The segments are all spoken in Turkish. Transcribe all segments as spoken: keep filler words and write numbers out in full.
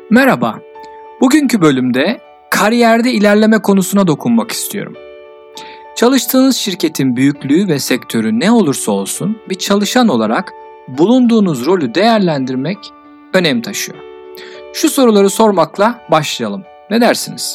Merhaba, bugünkü bölümde kariyerde ilerleme konusuna dokunmak istiyorum. Çalıştığınız şirketin büyüklüğü ve sektörü ne olursa olsun bir çalışan olarak bulunduğunuz rolü değerlendirmek önem taşıyor. Şu soruları sormakla başlayalım. Ne dersiniz?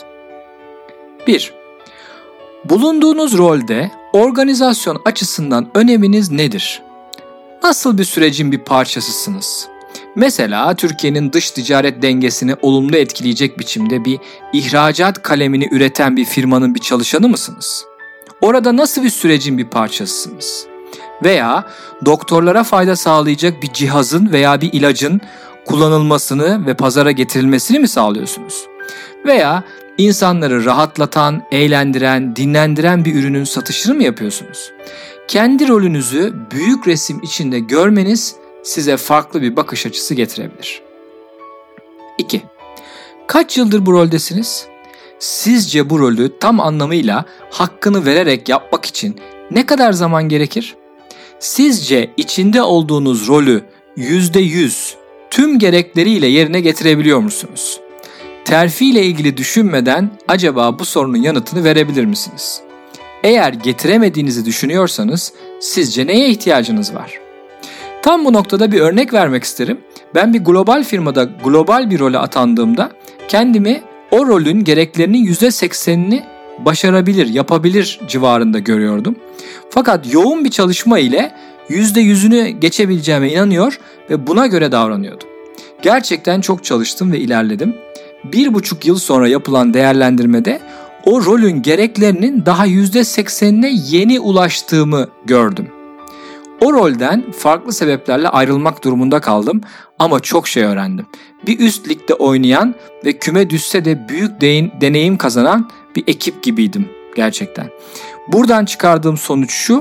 bir. Bulunduğunuz rolde organizasyon açısından öneminiz nedir? Nasıl bir sürecin bir parçasısınız? Mesela Türkiye'nin dış ticaret dengesini olumlu etkileyecek biçimde bir ihracat kalemini üreten bir firmanın bir çalışanı mısınız? Orada nasıl bir sürecin bir parçasısınız? Veya doktorlara fayda sağlayacak bir cihazın veya bir ilacın kullanılmasını ve pazara getirilmesini mi sağlıyorsunuz? Veya insanları rahatlatan, eğlendiren, dinlendiren bir ürünün satışını mı yapıyorsunuz? Kendi rolünüzü büyük resim içinde görmeniz size farklı bir bakış açısı getirebilir. iki. Kaç yıldır bu roldesiniz? Sizce bu rolü tam anlamıyla hakkını vererek yapmak için ne kadar zaman gerekir? Sizce içinde olduğunuz rolü yüzde yüz tüm gerekleriyle yerine getirebiliyor musunuz? Terfi ile ilgili düşünmeden acaba bu sorunun yanıtını verebilir misiniz? Eğer getiremediğinizi düşünüyorsanız sizce neye ihtiyacınız var? Tam bu noktada bir örnek vermek isterim. Ben bir global firmada global bir role atandığımda kendimi o rolün gereklerinin yüzde seksenini başarabilir, yapabilir civarında görüyordum. Fakat yoğun bir çalışma ile yüzde yüzünü geçebileceğime inanıyor ve buna göre davranıyordum. Gerçekten çok çalıştım ve ilerledim. Bir buçuk yıl sonra yapılan değerlendirmede o rolün gereklerinin daha yüzde seksenine yeni ulaştığımı gördüm. O rolden farklı sebeplerle ayrılmak durumunda kaldım ama çok şey öğrendim. Bir üst ligde oynayan ve küme düşse de büyük deneyim kazanan bir ekip gibiydim gerçekten. Buradan çıkardığım sonuç şu: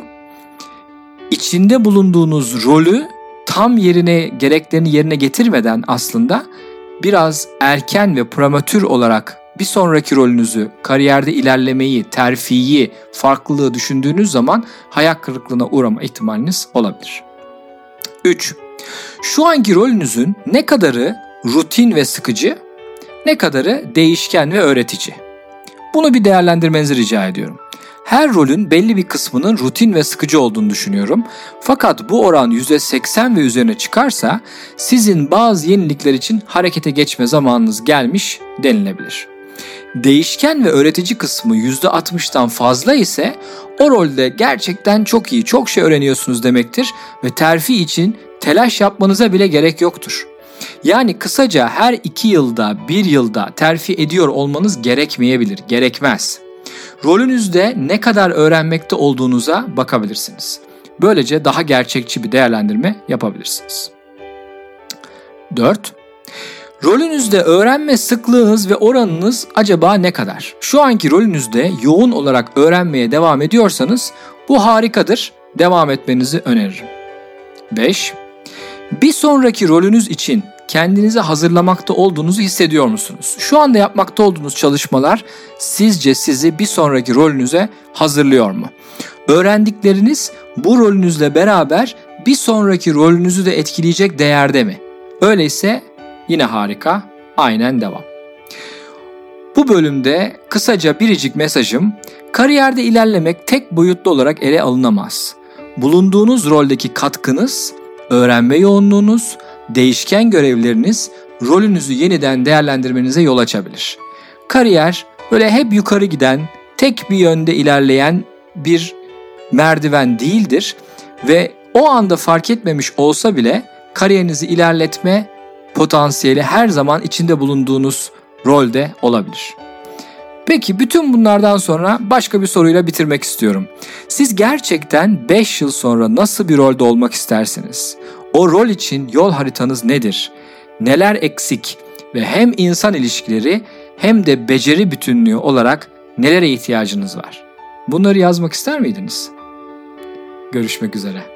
içinde bulunduğunuz rolü tam yerine gereklerini yerine getirmeden aslında biraz erken ve prematür olarak bir sonraki rolünüzü, kariyerde ilerlemeyi, terfiyi, farklılığı düşündüğünüz zaman hayal kırıklığına uğrama ihtimaliniz olabilir. üç. Şu anki rolünüzün ne kadarı rutin ve sıkıcı, ne kadarı değişken ve öğretici? Bunu bir değerlendirmenizi rica ediyorum. Her rolün belli bir kısmının rutin ve sıkıcı olduğunu düşünüyorum. Fakat bu oran yüzde seksen ve üzerine çıkarsa sizin bazı yenilikler için harekete geçme zamanınız gelmiş denilebilir. Değişken ve öğretici kısmı yüzde altmıştan fazla ise o rolde gerçekten çok iyi, çok şey öğreniyorsunuz demektir ve terfi için telaş yapmanıza bile gerek yoktur. Yani kısaca her iki yılda, bir yılda terfi ediyor olmanız gerekmeyebilir, gerekmez. Rolünüzde ne kadar öğrenmekte olduğunuza bakabilirsiniz. Böylece daha gerçekçi bir değerlendirme yapabilirsiniz. dört. Rolünüzde öğrenme sıklığınız ve oranınız acaba ne kadar? Şu anki rolünüzde yoğun olarak öğrenmeye devam ediyorsanız bu harikadır. Devam etmenizi öneririm. beş. Bir sonraki rolünüz için kendinizi hazırlamakta olduğunuzu hissediyor musunuz? Şu anda yapmakta olduğunuz çalışmalar sizce sizi bir sonraki rolünüze hazırlıyor mu? Öğrendikleriniz bu rolünüzle beraber bir sonraki rolünüzü de etkileyecek değerde mi? Öyleyse yine harika, aynen devam. Bu bölümde kısaca biricik mesajım, kariyerde ilerlemek tek boyutlu olarak ele alınamaz. Bulunduğunuz roldeki katkınız, öğrenme yoğunluğunuz, değişken görevleriniz rolünüzü yeniden değerlendirmenize yol açabilir. Kariyer böyle hep yukarı giden, tek bir yönde ilerleyen bir merdiven değildir ve o anda fark etmemiş olsa bile kariyerinizi ilerletme potansiyeli her zaman içinde bulunduğunuz rolde olabilir. Peki bütün bunlardan sonra başka bir soruyla bitirmek istiyorum. Siz gerçekten beş yıl sonra nasıl bir rolde olmak istersiniz? O rol için yol haritanız nedir? Neler eksik ve hem insan ilişkileri hem de beceri bütünlüğü olarak nelere ihtiyacınız var? Bunları yazmak ister miydiniz? Görüşmek üzere.